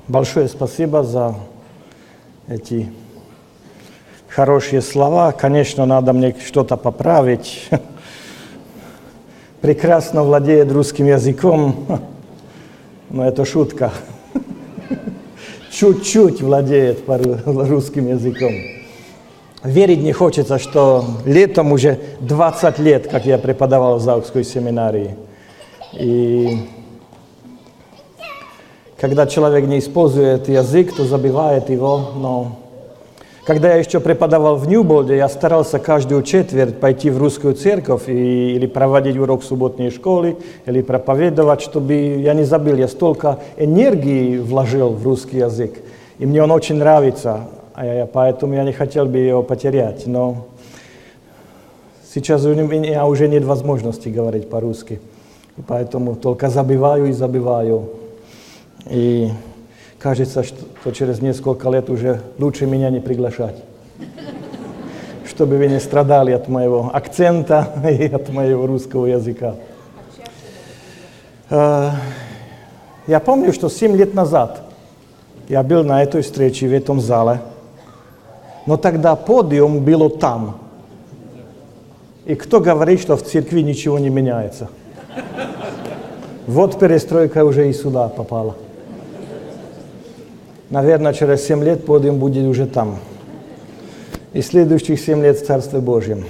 Большое спасибо за эти хорошие слова. Конечно, надо мне что-то поправить. Прекрасно владеет русским языком, но это шутка. Чуть-чуть владеет русским языком. Верить не хочется, что летом уже 20 лет, как я преподавал в Заокской семинарии. И когда человек не использует язык, то забивает его. Но когда я еще преподавал в Ньюболде, я старался каждую четверть пойти в русскую церковь или проводить урок в субботней школе, или проповедовать, чтобы я не забыл. Я столько энергии вложил в русский язык, и мне он очень нравится, поэтому я не хотел бы его потерять. Но сейчас у меня уже нет возможности говорить по-русски, и поэтому только забиваю и забиваю. И кажется, что через несколько лет уже лучше меня не приглашать, чтобы вы не страдали от моего акцента и от моего русского языка. Я помню, что 7 лет назад я был на этой встрече, в этом зале, но тогда подиум было там. И кто говорит, что в церкви ничего не меняется? Вот перестройка уже и сюда попала. Наверное, через 7 лет подиум будет уже там. И следующих 7 лет в Царстве Божьем.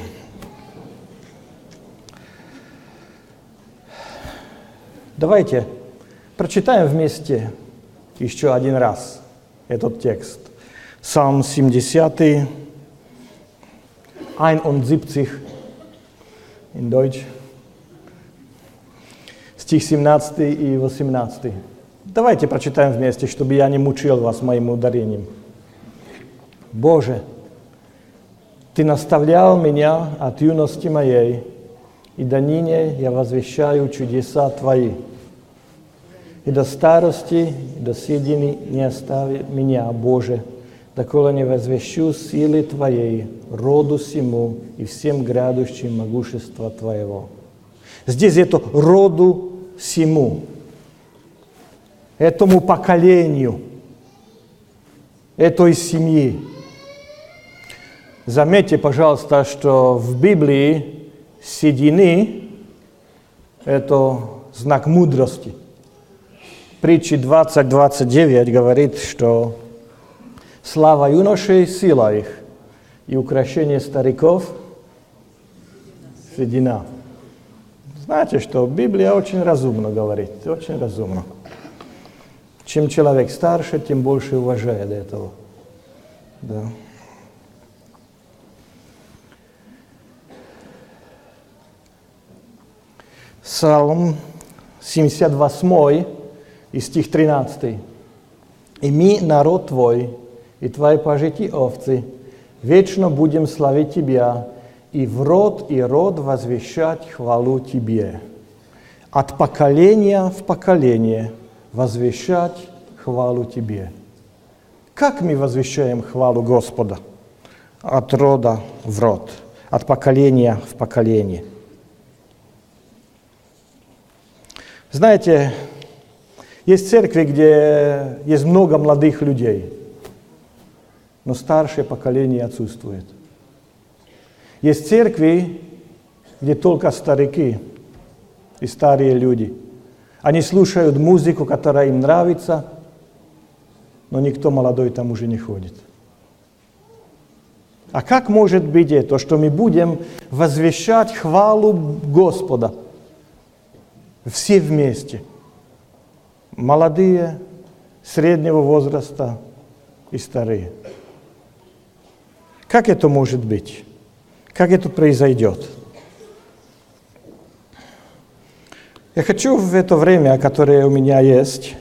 Давайте прочитаем вместе еще один раз этот текст. Псалм 70, 71 in Deutsch, стих 17 и 18. Давайте прочитаем вместе, чтобы я не мучил вас моим ударением. Боже, Ты наставлял меня от юности моей, и до ныне я возвещаю чудеса Твои. И до старости, и до седины не остави меня, Боже, доколе не возвещу силы Твоей, роду сему и всем грядущим могущества Твоего. Здесь это роду сему. Этому поколению, этой семьи. Заметьте, пожалуйста, что в Библии седины – это знак мудрости. Притчи 20:29 говорит, что слава юношей – сила их, и украшение стариков – седина. Знаете, что Библия очень разумно говорит, очень разумно. Чем человек старше, тем больше уважает этого. Да. Псалм 78 и стих 13. «И мы, народ Твой, и Твои пажити овцы, вечно будем славить Тебя, и в род возвещать хвалу Тебе. От поколения в поколение возвещать хвалу Тебе». Как мы возвещаем хвалу Господа? От рода в род, от поколения в поколение. Знаете, есть церкви, где есть много молодых людей, но старшее поколение отсутствует. Есть церкви, где только старики и старые люди. Они слушают музыку, которая им нравится, но никто молодой там уже не ходит. А как может быть это, что мы будем возвещать хвалу Господа все вместе? Молодые, среднего возраста и старые. Как это может быть? Как это произойдет? Я хочу в это время, которое у меня есть,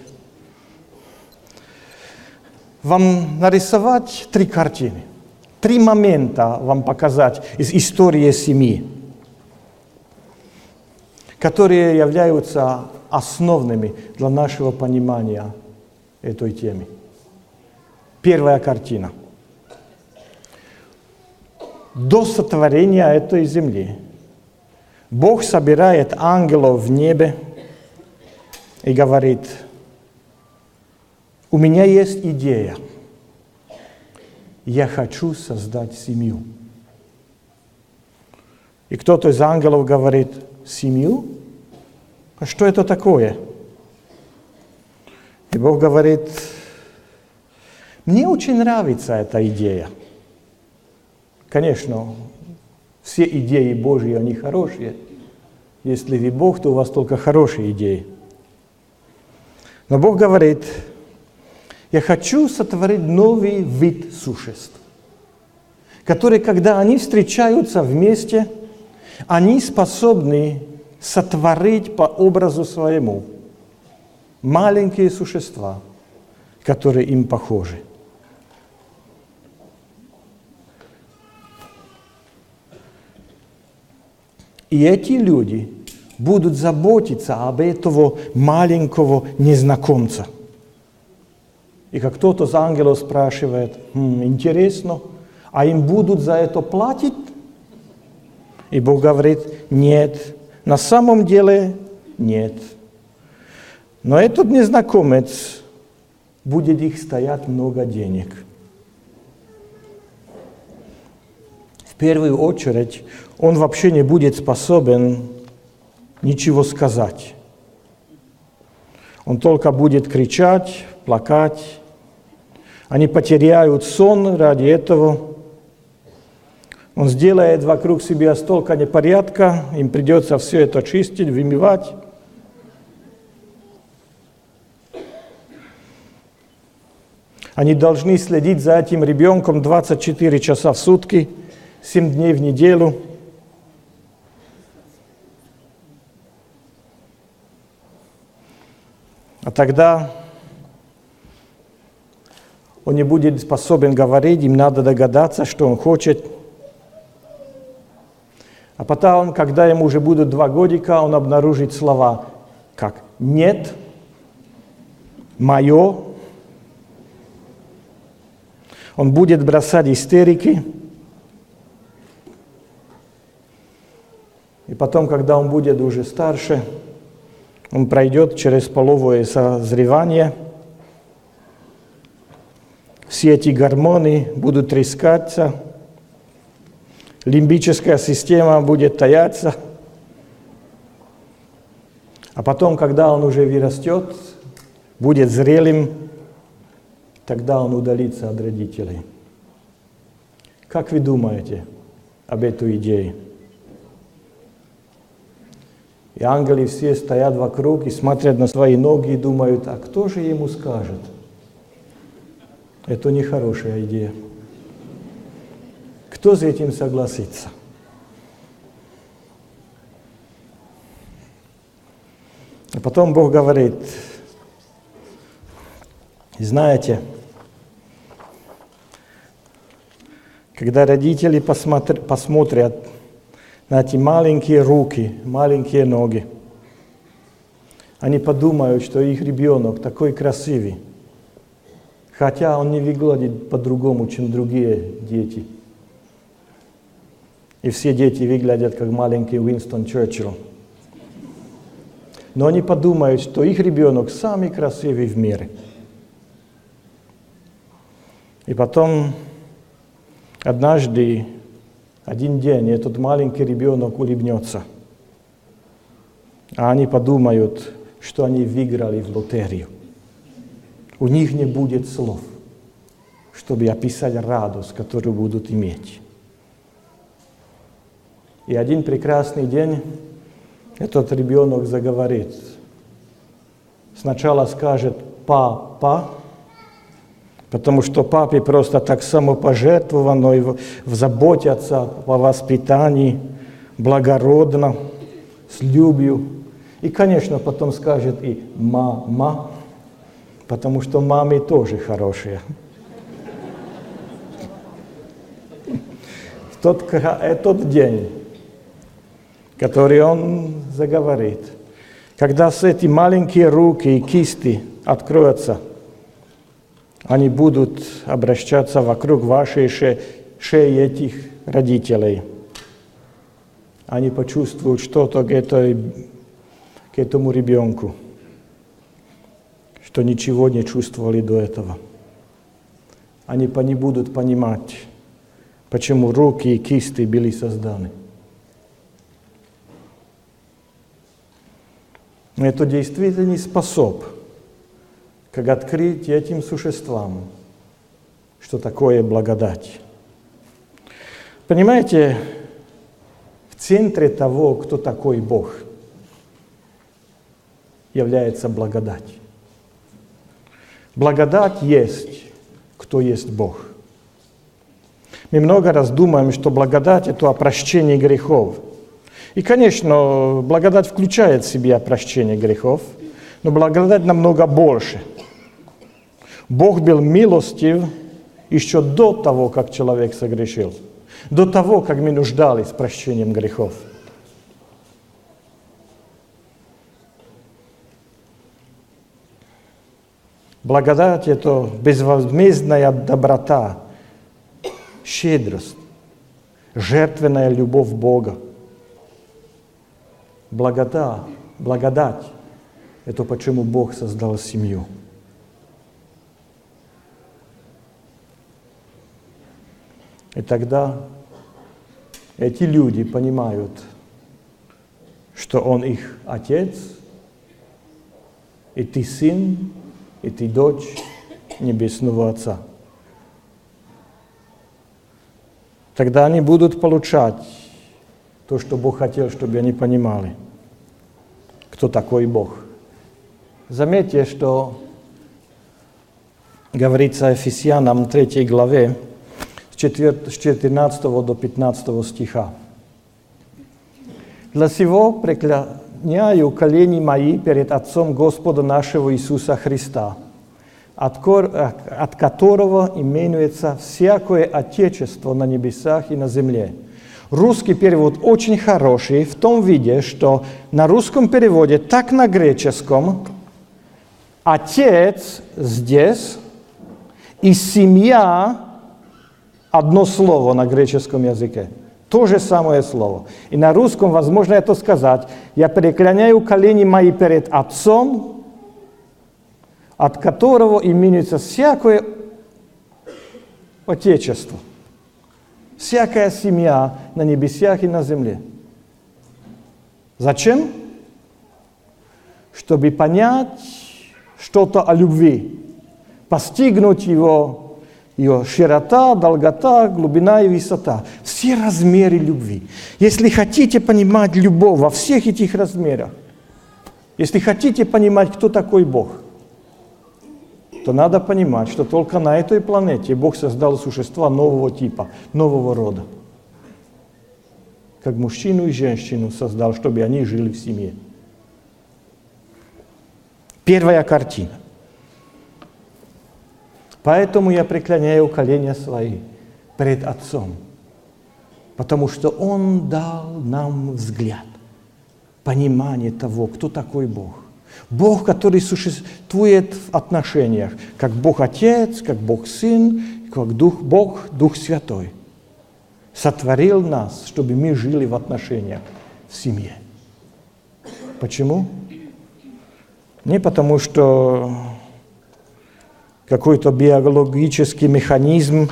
вам нарисовать 3 картины, 3 момента вам показать из истории семьи, которые являются основными для нашего понимания этой темы. Первая картина. До сотворения этой земли Бог собирает ангелов в небе и говорит: У меня есть идея. Я хочу создать семью. И кто-то из ангелов говорит: семью? А что это такое? И Бог говорит: мне очень нравится эта идея. Конечно, все идеи Божьи, они хорошие. Если вы Бог, то у вас только хорошие идеи. Но Бог говорит: я хочу сотворить новый вид существ, которые, когда они встречаются вместе, они способны сотворить по образу своему маленькие существа, которые им похожи. И эти люди будут заботиться об этого маленького незнакомца. И как кто-то из ангелов спрашивает: интересно, а им будут за это платить? И Бог говорит: нет, на самом деле нет. Но этот незнакомец будет их стоять много денег. В первую очередь, он вообще не будет способен ничего сказать. Он только будет кричать, плакать. Они потеряют сон ради этого. Он сделает вокруг себя столько непорядка, им придется все это чистить, вымывать. Они должны следить за этим ребенком 24 часа в сутки, 7 дней в неделю. А тогда он не будет способен говорить, им надо догадаться, что он хочет. А потом, когда ему уже будут 2 годика, он обнаружит слова, как «нет», «моё». Он будет бросать истерики. И потом, когда он будет уже старше, он пройдет через половое созревание. Все эти гормоны будут трескаться. Лимбическая система будет таяться. А потом, когда он уже вырастет, будет зрелым, тогда он удалится от родителей. Как вы думаете об этой идее? И ангелы все стоят вокруг и смотрят на свои ноги и думают: а кто же ему скажет? Это нехорошая идея. Кто с этим согласится? А потом Бог говорит: знаете, когда родители посмотрят на эти маленькие руки, маленькие ноги, они подумают, что их ребенок такой красивый, хотя он не выглядит по-другому, чем другие дети. И все дети выглядят как маленький Уинстон Черчилль. Но они подумают, что их ребенок самый красивый в мире. И потом однажды, один день, этот маленький ребенок улыбнется. А они подумают, что они выиграли в лотерею. У них не будет слов, чтобы описать радость, которую будут иметь. И один прекрасный день этот ребенок заговорит. Сначала скажет «папа», потому что папе просто так самопожертвованно и заботятся о воспитании, благородно, с любовью. И, конечно, потом скажет и «мама», потому что мамы тоже хорошие. Тот день, который он заговорит, когда эти маленькие руки и кисти откроются, они будут обращаться вокруг вашей шеи этих родителей. Они почувствуют что-то к этому ребенку. что ничего не чувствовали до этого. Они не будут понимать, почему руки и кисти были созданы. Но это действительно не способ, как открыть этим существам, что такое благодать. Понимаете, в центре того, кто такой Бог, является благодать. Благодать есть, кто есть Бог. Мы много раз думаем, что благодать – это о прощении грехов. И, конечно, благодать включает в себя прощение грехов, но благодать намного больше. Бог был милостив еще до того, как человек согрешил, до того, как мы нуждались в прощении грехов. Благодать – это безвозмездная доброта, щедрость, жертвенная любовь Бога. Благодать – это почему Бог создал семью. И тогда эти люди понимают, что Он их Отец, и ты сын, и ты дочь Небесного Отца. Тогда они будут получать то, что Бог хотел, чтобы они понимали, кто такой Бог. Заметьте, что говорится Ефесянам 3 главе, с 14 до 15 стиха. «Для сего преклоняю колени мои перед Отцом Господа нашего Иисуса Христа, от которого именуется всякое Отечество на небесах и на земле». Русский перевод очень хороший в том виде, что на русском переводе, так на греческом, «отец» здесь и «семья» одно слово на греческом языке. То же самое слово. И на русском возможно это сказать: «Я преклоняю колени мои перед Отцом, от которого именуется всякое Отечество, всякая семья на небесах и на земле». Зачем? Чтобы понять что-то о любви, постигнуть ее широта, долгота, глубина и высота. Все размеры любви. Если хотите понимать любовь во всех этих размерах, если хотите понимать, кто такой Бог, то надо понимать, что только на этой планете Бог создал существа нового типа, нового рода. Как мужчину и женщину создал, чтобы они жили в семье. Первая картина. Поэтому я преклоняю колени свои перед Отцом, потому что Он дал нам взгляд, понимание того, кто такой Бог. Бог, который существует в отношениях, как Бог Отец, как Бог Сын, как Бог Дух Святой. Сотворил нас, чтобы мы жили в отношениях, в семье. Почему? Не потому, что какой-то биологический механизм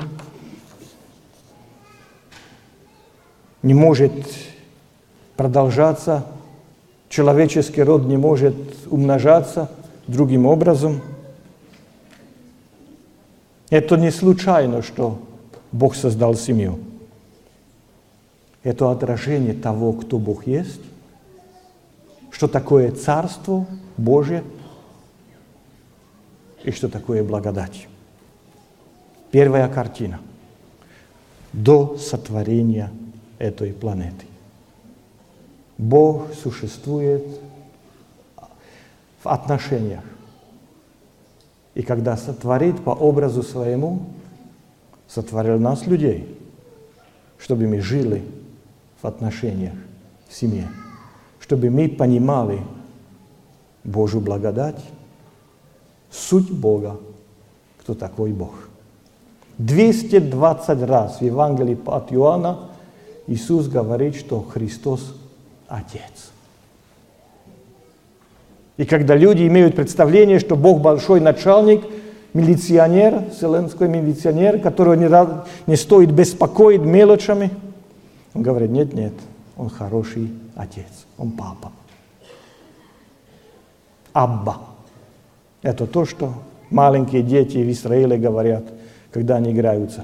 не может продолжаться, человеческий род не может умножаться другим образом. Это не случайно, что Бог создал семью. Это отражение того, кто Бог есть, что такое Царство Божие и что такое благодать. Первая картина. До сотворения этой планеты. Бог существует в отношениях. И когда сотворит по образу своему, сотворил нас, людей, чтобы мы жили в отношениях, в семье, чтобы мы понимали Божью благодать, суть Бога, кто такой Бог. 220 раз в Евангелии от Иоанна Иисус говорит, что Христос – Отец. И когда люди имеют представление, что Бог большой начальник, милиционер, вселенский милиционер, которого не стоит беспокоить мелочами, он говорит, нет, он хороший отец, он папа. Абба. Это то, что маленькие дети в Израиле говорят, когда они играются.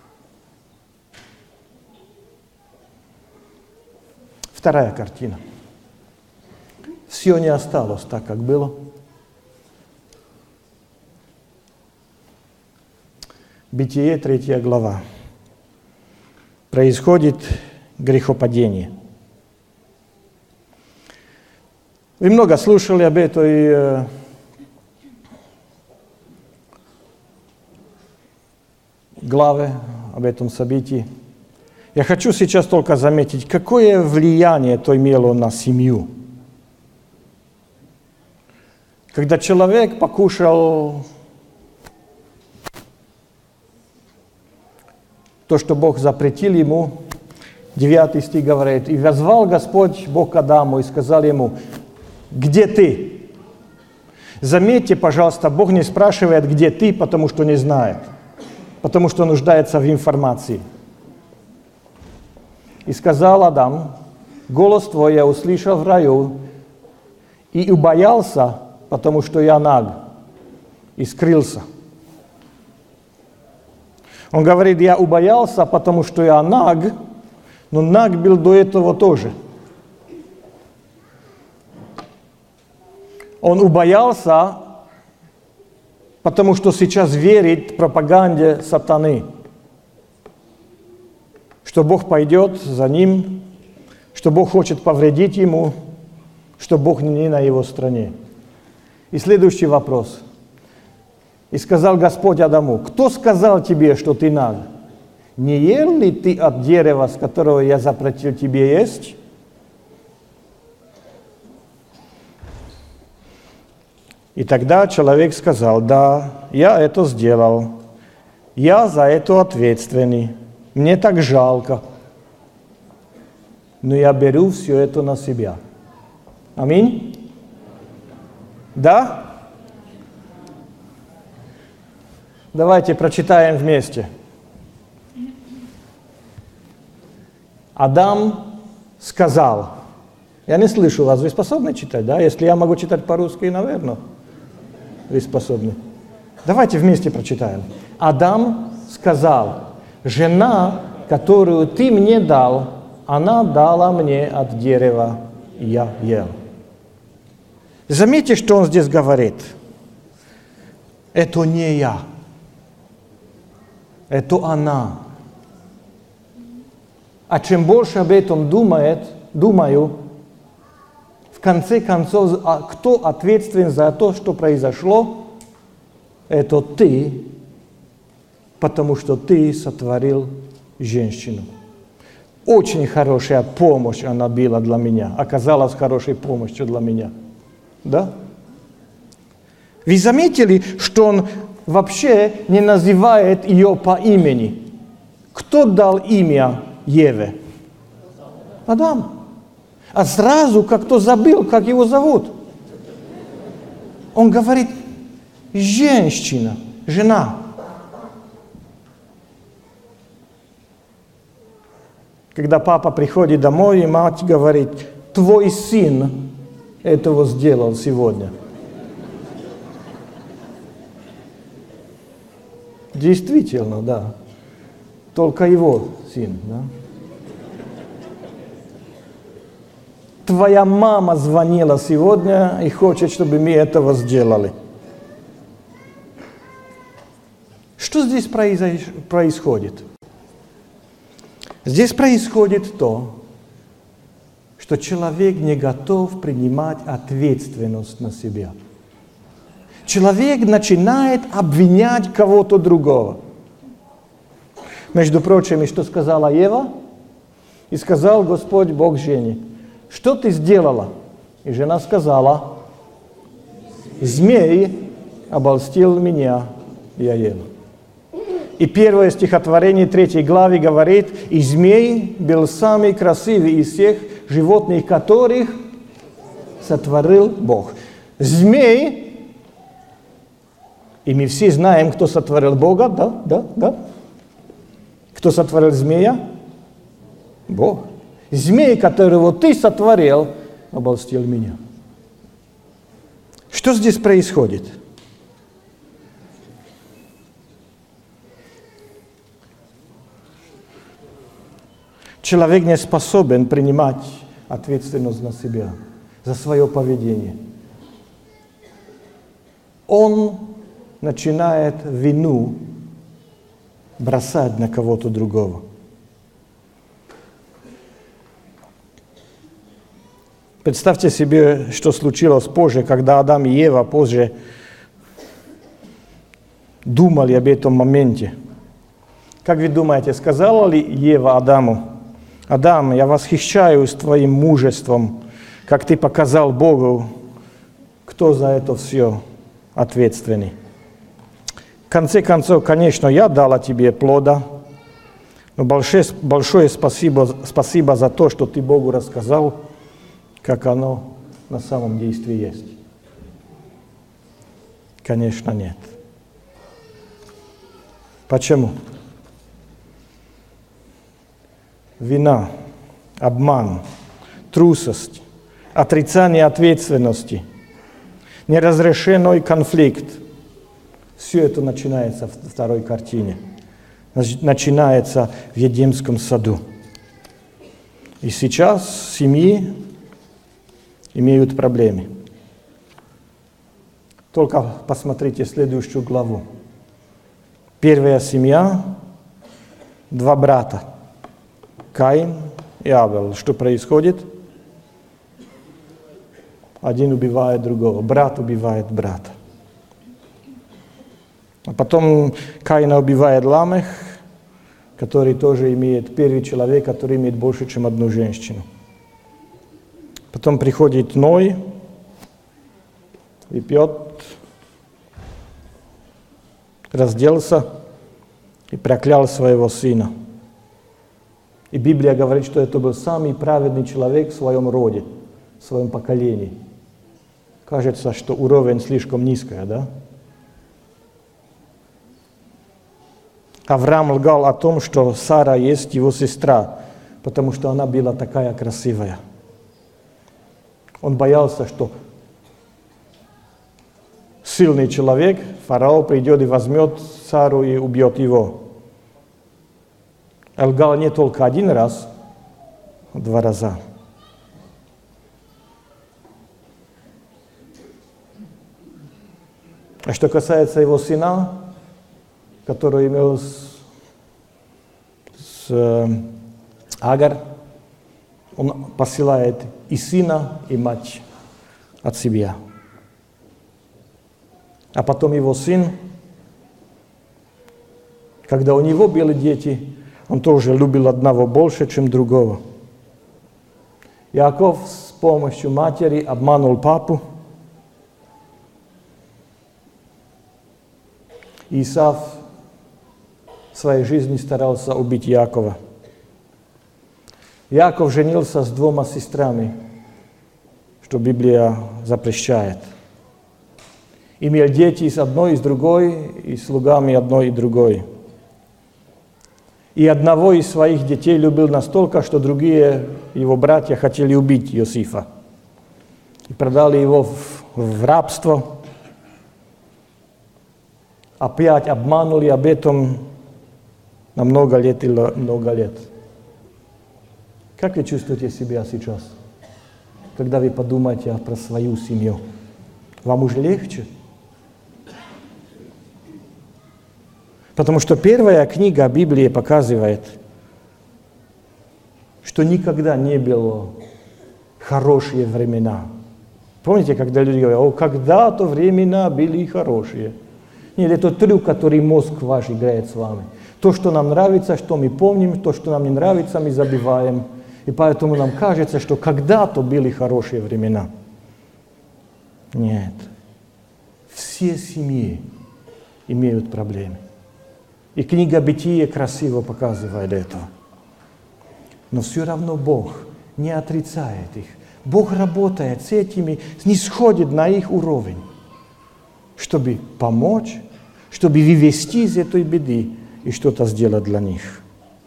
Вторая картина. Все не осталось так, как было. Бытие, 3 глава. Происходит грехопадение. Вы много слушали об этой главе, об этом событии. Я хочу сейчас только заметить, какое влияние это имело на семью. Когда человек покушал то, что Бог запретил ему, 9 стих говорит, «И возвал Господь Бог к Адаму и сказал ему, где ты?» Заметьте, пожалуйста, Бог не спрашивает, где ты, потому что не знает, потому что нуждается в информации. «И сказал Адам, голос твой я услышал в раю, и убоялся, потому что я наг, и скрылся». Он говорит, я убоялся, потому что я наг, но наг был до этого тоже. Он убоялся, потому что сейчас верит пропаганде сатаны, что Бог пойдет за ним, что Бог хочет повредить ему, что Бог не на его стороне. И следующий вопрос. «И сказал Господь Адаму, кто сказал тебе, что ты наг? Не ел ли ты от дерева, с которого я запретил тебе есть?» И тогда человек сказал, да, я это сделал, я за это ответственный, мне так жалко, но я беру все это на себя. Аминь? Да? Давайте прочитаем вместе. Адам сказал. Я не слышу вас, вы способны читать, да? Если я могу читать по-русски, наверное, вы способны. Давайте вместе прочитаем. Адам сказал, жена, которую ты мне дал, она дала мне от дерева, и я ел. Заметьте, что он здесь говорит. Это не я. Это она. А чем больше об этом думаю, в конце концов, кто ответственен за то, что произошло? Это ты, потому что ты сотворил женщину. Очень хорошая помощь она была для меня, оказалась хорошей помощью для меня. Да? Вы заметили, что он вообще не называет ее по имени? Кто дал имя Еве? Адам. А сразу как-то забыл, как его зовут. Он говорит, женщина, жена. Когда папа приходит домой, и мать говорит, твой сын этого сделал сегодня. Действительно, да. Только его сын, да. Твоя мама звонила сегодня и хочет, чтобы мы этого сделали. Что здесь происходит? Здесь происходит то, что человек не готов принимать ответственность на себя. Человек начинает обвинять кого-то другого. Между прочим, и что сказала Ева? И сказал Господь Бог Жене, что ты сделала? И жена сказала, змей обольстил меня, я ела. И первое стихотворение 3 главы говорит, и змей был самый красивый из всех животных, которых сотворил Бог. Змей. И мы все знаем, кто сотворил Бога, да. Кто сотворил змея? Бог. Змей, которого ты сотворил, обольстил меня. Что здесь происходит? Человек не способен принимать ответственность на себя за свое поведение. Он начинает вину бросать на кого-то другого. Представьте себе, что случилось позже, когда Адам и Ева позже думали об этом моменте. Как вы думаете, сказала ли Ева Адаму: «Адам, я восхищаюсь твоим мужеством, как ты показал Богу, кто за это все ответственный. В конце концов, конечно, я дала тебе плода, но большое спасибо за то, что ты Богу рассказал, как оно на самом действии есть». Конечно, нет. Почему? Вина, обман, трусость, отрицание ответственности, неразрешенный конфликт. Все это начинается в второй картине. Начинается в Едемском саду. И сейчас семьи имеют проблемы. Только посмотрите следующую главу. Первая семья, 2 брата. Каин и Авел. Что происходит? Один убивает другого. Брат убивает брата. А потом Каина убивает Ламех, который тоже имеет, первый человек, который имеет больше, чем одну женщину. Потом приходит Ной и пьет, разделся и проклял своего сына. И Библия говорит, что это был самый праведный человек в своем роде, в своем поколении. Кажется, что уровень слишком низкий, да? Авраам лгал о том, что Сара есть его сестра, потому что она была такая красивая. Он боялся, что сильный человек, фараон, придет и возьмет Сару и убьет его. Лгал не только 1 раз, а 2 раза. А что касается его сына, который имел с Агар, он посылает и сына, и мать от себя. А потом его сын, когда у него были дети, он тоже любил одного больше, чем другого. Яков с помощью матери обманул папу. Исав в своей жизни старался убить Якова. Яков женился с 2 сестрами, что Библия запрещает. Имел дети с одной и с другой, и слугами одной и другой. И одного из своих детей любил настолько, что другие его братья хотели убить Иосифа. И продали его в рабство. Опять обманули об этом на много лет и много лет. Как вы чувствуете себя сейчас, когда вы подумаете про свою семью? Вам уже легче? Потому что первая книга Библии показывает, что никогда не было хорошие времена. Помните, когда люди говорят: когда-то времена были хорошие. Нет, это трюк, который мозг ваш играет с вами. То, что нам нравится, что мы помним, то, что нам не нравится, мы забиваем. И поэтому нам кажется, что когда-то были хорошие времена. Нет. Все семьи имеют проблемы. И книга Бытия красиво показывает это. Но все равно Бог не отрицает их, Бог работает с этими, снисходит на их уровень, чтобы помочь, чтобы вывести из этой беды и что-то сделать для них.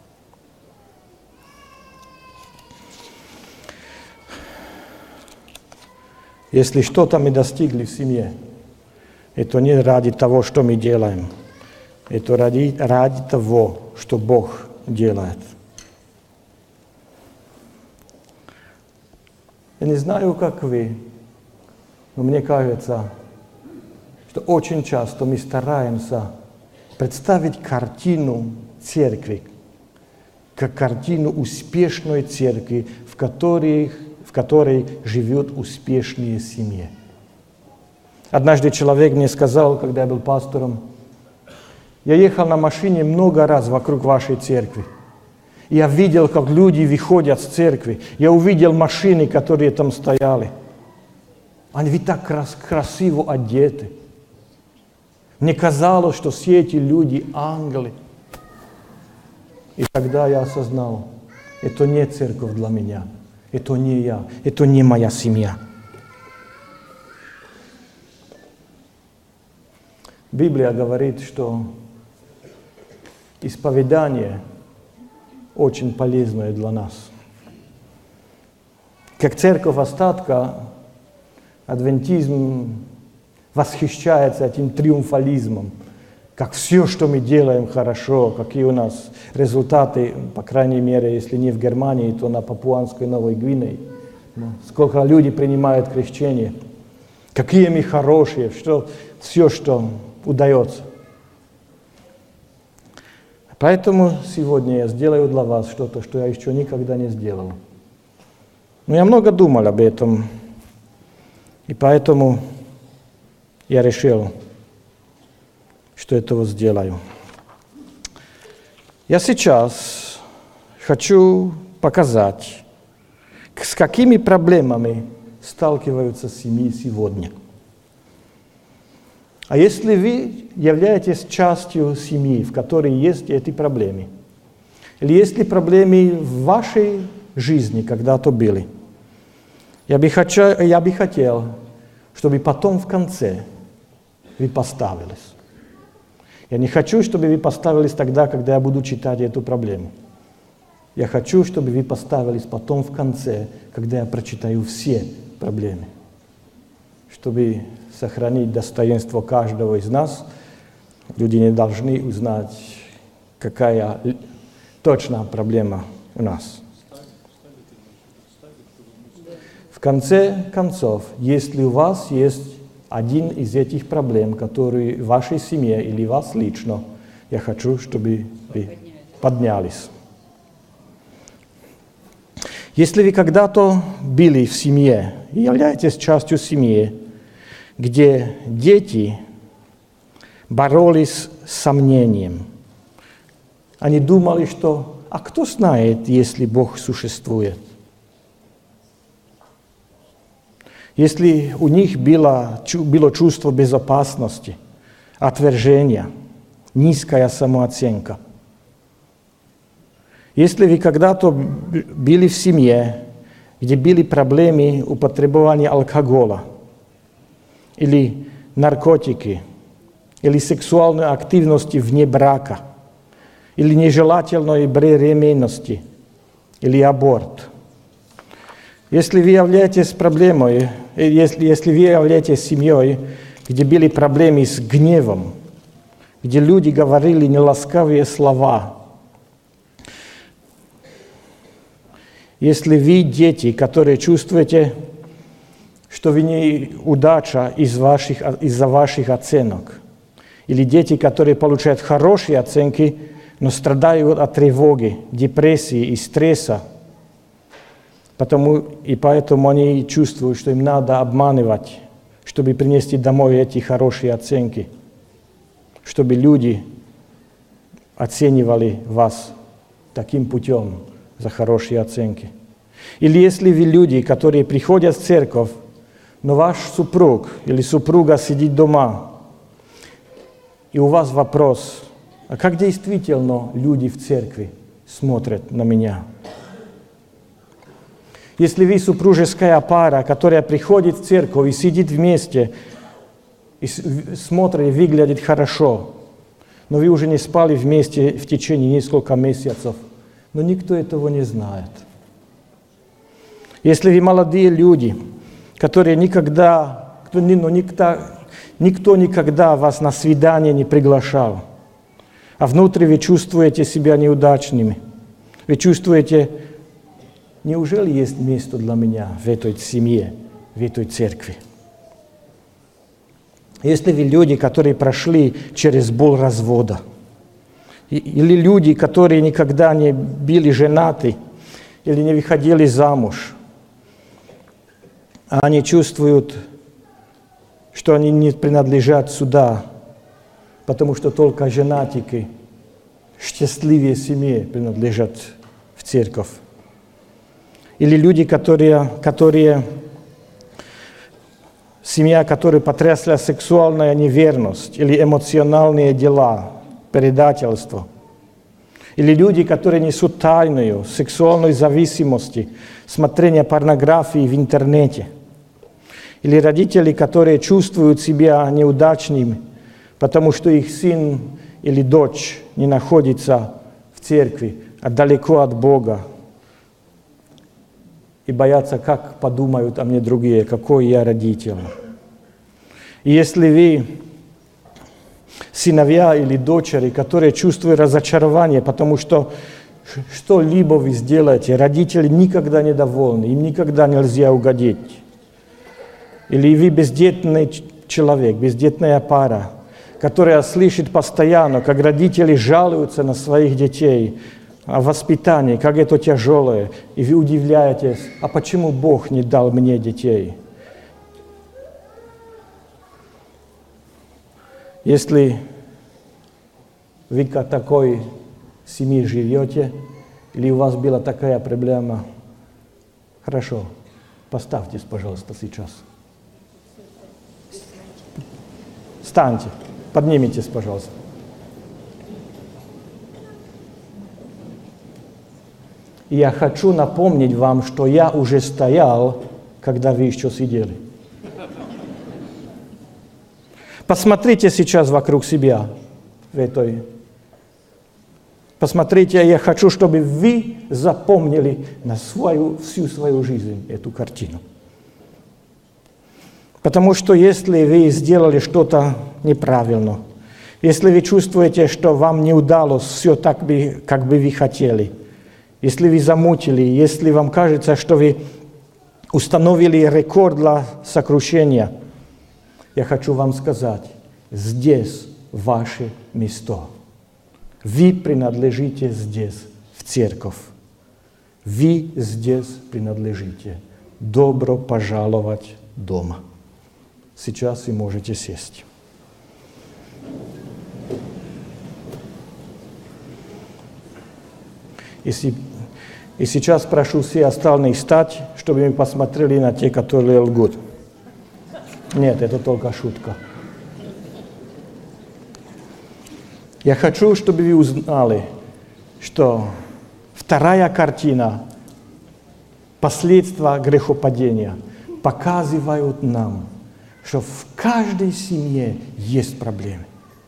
Если что-то мы достигли в семье, это не ради того, что мы делаем, это ради того, что Бог делает. Я не знаю, как вы, но мне кажется, что очень часто мы стараемся представить картину церкви, как картину успешной церкви, в которой живет успешные семьи. Однажды человек мне сказал, когда я был пастором, я ехал на машине много раз вокруг вашей церкви. Я видел, как люди выходят с церкви. Я увидел машины, которые там стояли. Они ведь так красиво одеты. Мне казалось, что все эти люди ангелы. И тогда я осознал, это не церковь для меня. Это не я, это не моя семья. Библия говорит, что исповедание очень полезное для нас. Как церковь остатка, адвентизм восхищается этим триумфализмом, как все, что мы делаем, хорошо, какие у нас результаты, по крайней мере, если не в Германии, то на Папуанской Новой Гвинее. Сколько люди принимают крещение, какие мы хорошие, все, что удается. Поэтому сегодня я сделаю для вас что-то, что я еще никогда не сделал. Но я много думал об этом, и поэтому я решил, что этого сделаю. Я сейчас хочу показать, с какими проблемами сталкиваются семьи сегодня. А если вы являетесь частью семьи, в которой есть эти проблемы, или есть ли проблемы в вашей жизни когда-то были, я бы хотел, чтобы потом в конце вы поставились. Я не хочу, чтобы вы поставились тогда, когда я буду читать эту проблему. Я хочу, чтобы вы поставились потом в конце, когда я прочитаю все проблемы. Чтобы сохранить достоинство каждого из нас, люди не должны узнать, какая точная проблема у нас. В конце концов, если у вас есть один из этих проблем, который в вашей семье или вас лично, я хочу, чтобы вы поднялись. Если вы когда-то были в семье и являетесь частью семьи, где дети боролись с сомнением, они думали, что «а кто знает, если Бог существует?» Если у них было чувство безопасности, отвержения, низкая самооценка. Если вы когда-то были в семье, где были проблемы употребления алкоголя, или наркотики, или сексуальной активности вне брака, или нежелательной беременности, или аборт. Если вы являетесь проблемой, если вы являетесь семьей, где были проблемы с гневом, где люди говорили неласкавые слова, если вы дети, которые чувствуете, что вы не удача из-за ваших оценок, или дети, которые получают хорошие оценки, но страдают от тревоги, депрессии и стресса, поэтому они чувствуют, что им надо обманывать, чтобы принести домой эти хорошие оценки, чтобы люди оценивали вас таким путем за хорошие оценки. Или если вы люди, которые приходят в церковь, но ваш супруг или супруга сидит дома, и у вас вопрос, а как действительно люди в церкви смотрят на меня? Если вы супружеская пара, которая приходит в церковь и сидит вместе, и смотрит, выглядит хорошо, но вы уже не спали вместе в течение нескольких месяцев, но никто этого не знает. Если вы молодые люди, которые никто никогда вас на свидание не приглашал, а внутри вы чувствуете себя неудачными, вы чувствуете, неужели есть место для меня в этой семье, в этой церкви? Если вы люди, которые прошли через боль развода, или люди, которые никогда не были женаты, или не выходили замуж, а они чувствуют, что они не принадлежат сюда, потому что только женатики, счастливые семьи принадлежат в церковь. Или люди, семья, которая потрясла сексуальная неверность или эмоциональные дела, предательство. Или люди, которые несут тайную сексуальную зависимость, смотрение порнографии в интернете. Или родители, которые чувствуют себя неудачными, потому что их сын или дочь не находится в церкви, а далеко от Бога. И боятся, как подумают о мне другие, какой я родитель. И если вы сыновья или дочери, которые чувствуют разочарование, потому что что-либо вы сделаете, родители никогда не довольны, им никогда нельзя угодить. Или вы бездетный человек, бездетная пара, которая слышит постоянно, как родители жалуются на своих детей, о воспитании, как это тяжелое, и вы удивляетесь, а почему Бог не дал мне детей? Если вы к такой семье живете, или у вас была такая проблема, хорошо, поставьтесь, пожалуйста, сейчас. Встаньте, поднимитесь, пожалуйста. И я хочу напомнить вам, что я уже стоял, когда вы еще сидели. Посмотрите сейчас вокруг себя Посмотрите, я хочу, чтобы вы запомнили на всю свою жизнь эту картину. Потому что если вы сделали что-то неправильно, если вы чувствуете, что вам не удалось все так, как бы вы хотели, если вы замутили, если вам кажется, что вы установили рекорд для сокрушения, я хочу вам сказать, здесь ваше место. Вы принадлежите здесь, в церковь. Вы здесь принадлежите. Добро пожаловать дома. Сейчас вы можете сесть. И сейчас прошу все остальные встать, чтобы мы посмотрели на те, которые лгут. Нет, это только шутка. Я хочу, чтобы вы узнали, что вторая картина, последствия грехопадения, показывают нам, что в каждой семье есть проблемы.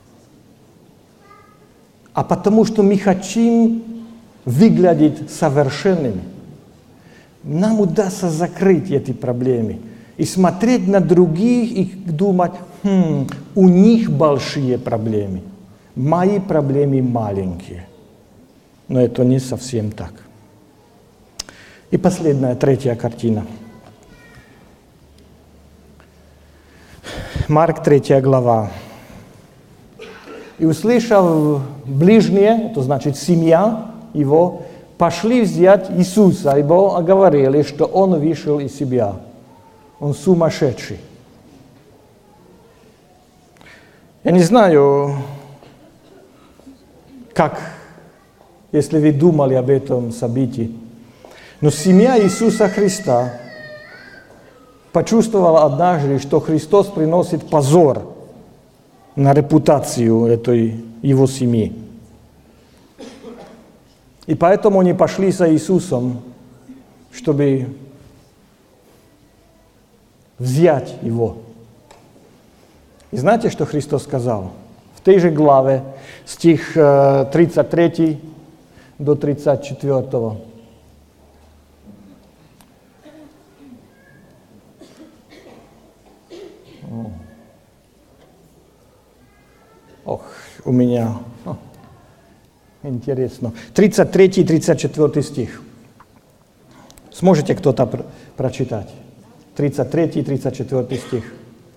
А потому что мы хотим выглядеть совершенными, нам удастся закрыть эти проблемы и смотреть на других и думать, у них большие проблемы, мои проблемы маленькие. Но это не совсем так. И последняя, третья картина. Марк 3 глава. «И услышав ближние, это значит семья его, пошли взять Иисуса, ибо говорили, что он вышел из себя, он сумасшедший». Я не знаю, если вы думали об этом событии, но семья Иисуса Христа почувствовала однажды, что Христос приносит позор на репутацию этой его семьи. И поэтому они пошли за Иисусом, чтобы взять его. И знаете, что Христос сказал? В той же главе, стих 33 до 34. Ох, у меня интересно. 33 и 34 стих. Сможете кто-то прочитать? 33 и 34 стих.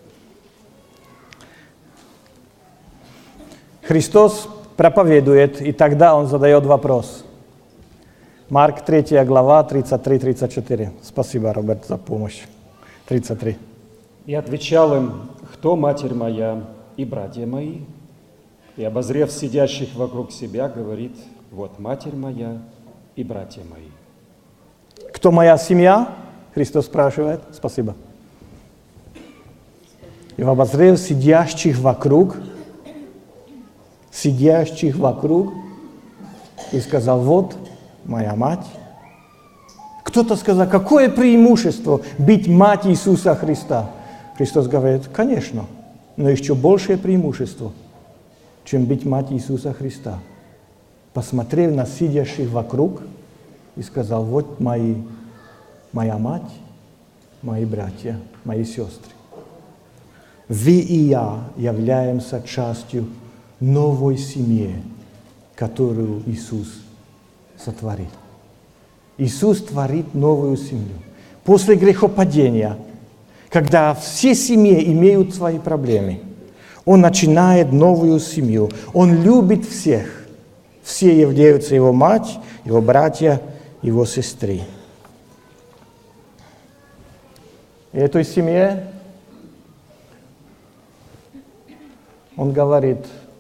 Христос проповедует, и тогда Он задает вопрос. Марк 3 глава, 33-34. Спасибо, Роберт, за помощь. 33. «И отвечал им: кто матерь моя и братья мои? И, обозрев сидящих вокруг себя, говорит: вот матерь моя и братья мои». Кто моя семья? Христос спрашивает. Спасибо. И обозрев сидящих вокруг, и сказал: вот моя мать. Кто-то сказал: какое преимущество быть мать Иисуса Христа? Христос говорит: конечно, но еще большее преимущество, чем быть мать Иисуса Христа. Посмотрев на сидящих вокруг и сказал: вот моя мать, мои братья, мои сестры. Вы и я являемся частью новой семьи, которую Иисус сотворил. Иисус творит новую семью. После грехопадения, когда все семьи имеют свои проблемы, Он начинает новую семью. Он любит всех. Все являются Его мать, Его братья, Его сестры. И этой семье Он говорит: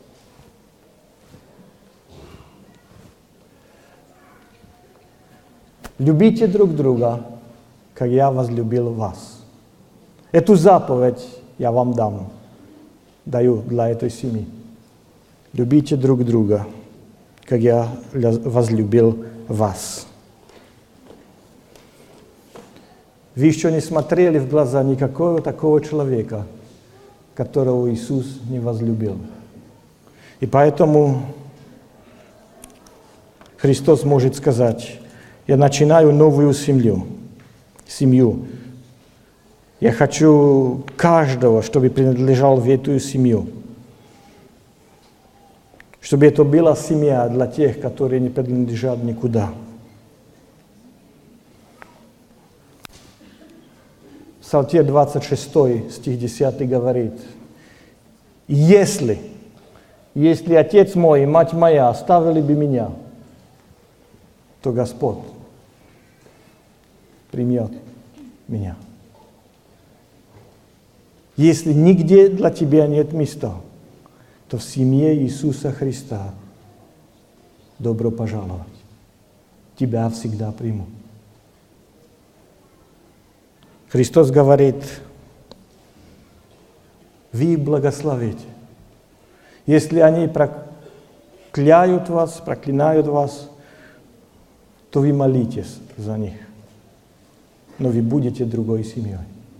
любите друг друга, как я возлюбил вас. Эту заповедь я вам даю для этой семьи. Любите друг друга, как я возлюбил вас. Вы еще не смотрели в глаза никакого такого человека, которого Иисус не возлюбил. И поэтому Христос может сказать: я начинаю новую семью. Я хочу каждого, чтобы принадлежал в эту семью. Чтобы это была семья для тех, которые не принадлежат никуда. Псалтирь 26, стих 10 говорит: если отец мой и мать моя оставили бы меня, то Господь примет меня. Если нигде для тебя нет места, то в семье Иисуса Христа добро пожаловать. Тебя всегда примут. Христос говорит: вы благословите. Если они проклинают вас, то вы молитесь за них. Но вы будете другой семьей.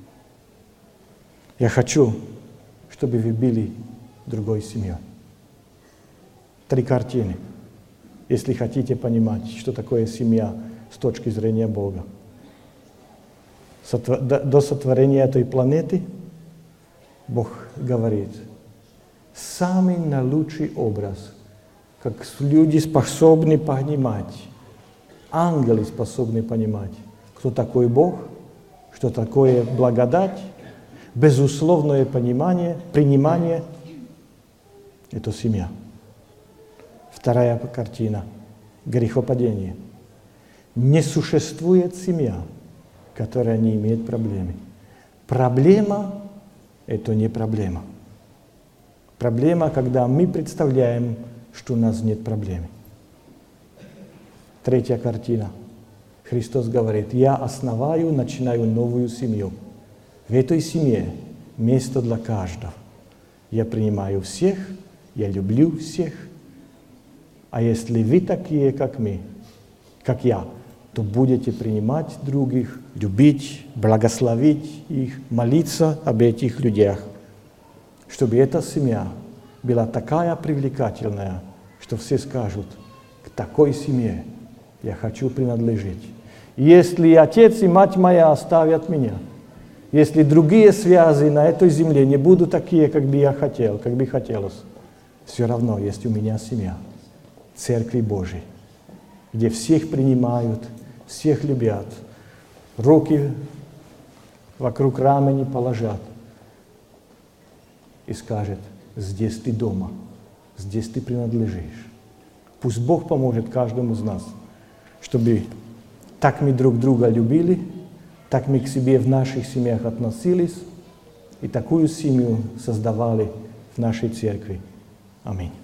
Я хочу, чтобы вы были другой семьей. 3 картины, если хотите понимать, что такое семья с точки зрения Бога. До сотворения этой планеты Бог говорит: самый наилучший образ, как люди способны понимать, ангелы способны понимать, кто такой Бог, что такое благодать, безусловное принимание – это семья. 2 картина – грехопадение. Не существует семья, которая не имеет проблемы. Проблема – это не проблема. Проблема, когда мы представляем, что у нас нет проблемы. 3 картина. Христос говорит: я начинаю новую семью. В этой семье место для каждого. Я принимаю всех, я люблю всех. А если вы такие, как я, то будете принимать других, любить, благословить их, молиться об этих людях, чтобы эта семья была такая привлекательная, что все скажут: к такой семье я хочу принадлежать. Если отец и мать моя оставят меня, если другие связи на этой земле не будут такие, как бы я хотел, как бы хотелось, все равно есть у меня семья, Церкви Божией, где всех принимают, всех любят, руки вокруг рамени положат и скажет: здесь ты дома, здесь ты принадлежишь. Пусть Бог поможет каждому из нас, чтобы так мы друг друга любили, так мы к себе в наших семьях относились и такую семью создавали в нашей церкви. Аминь.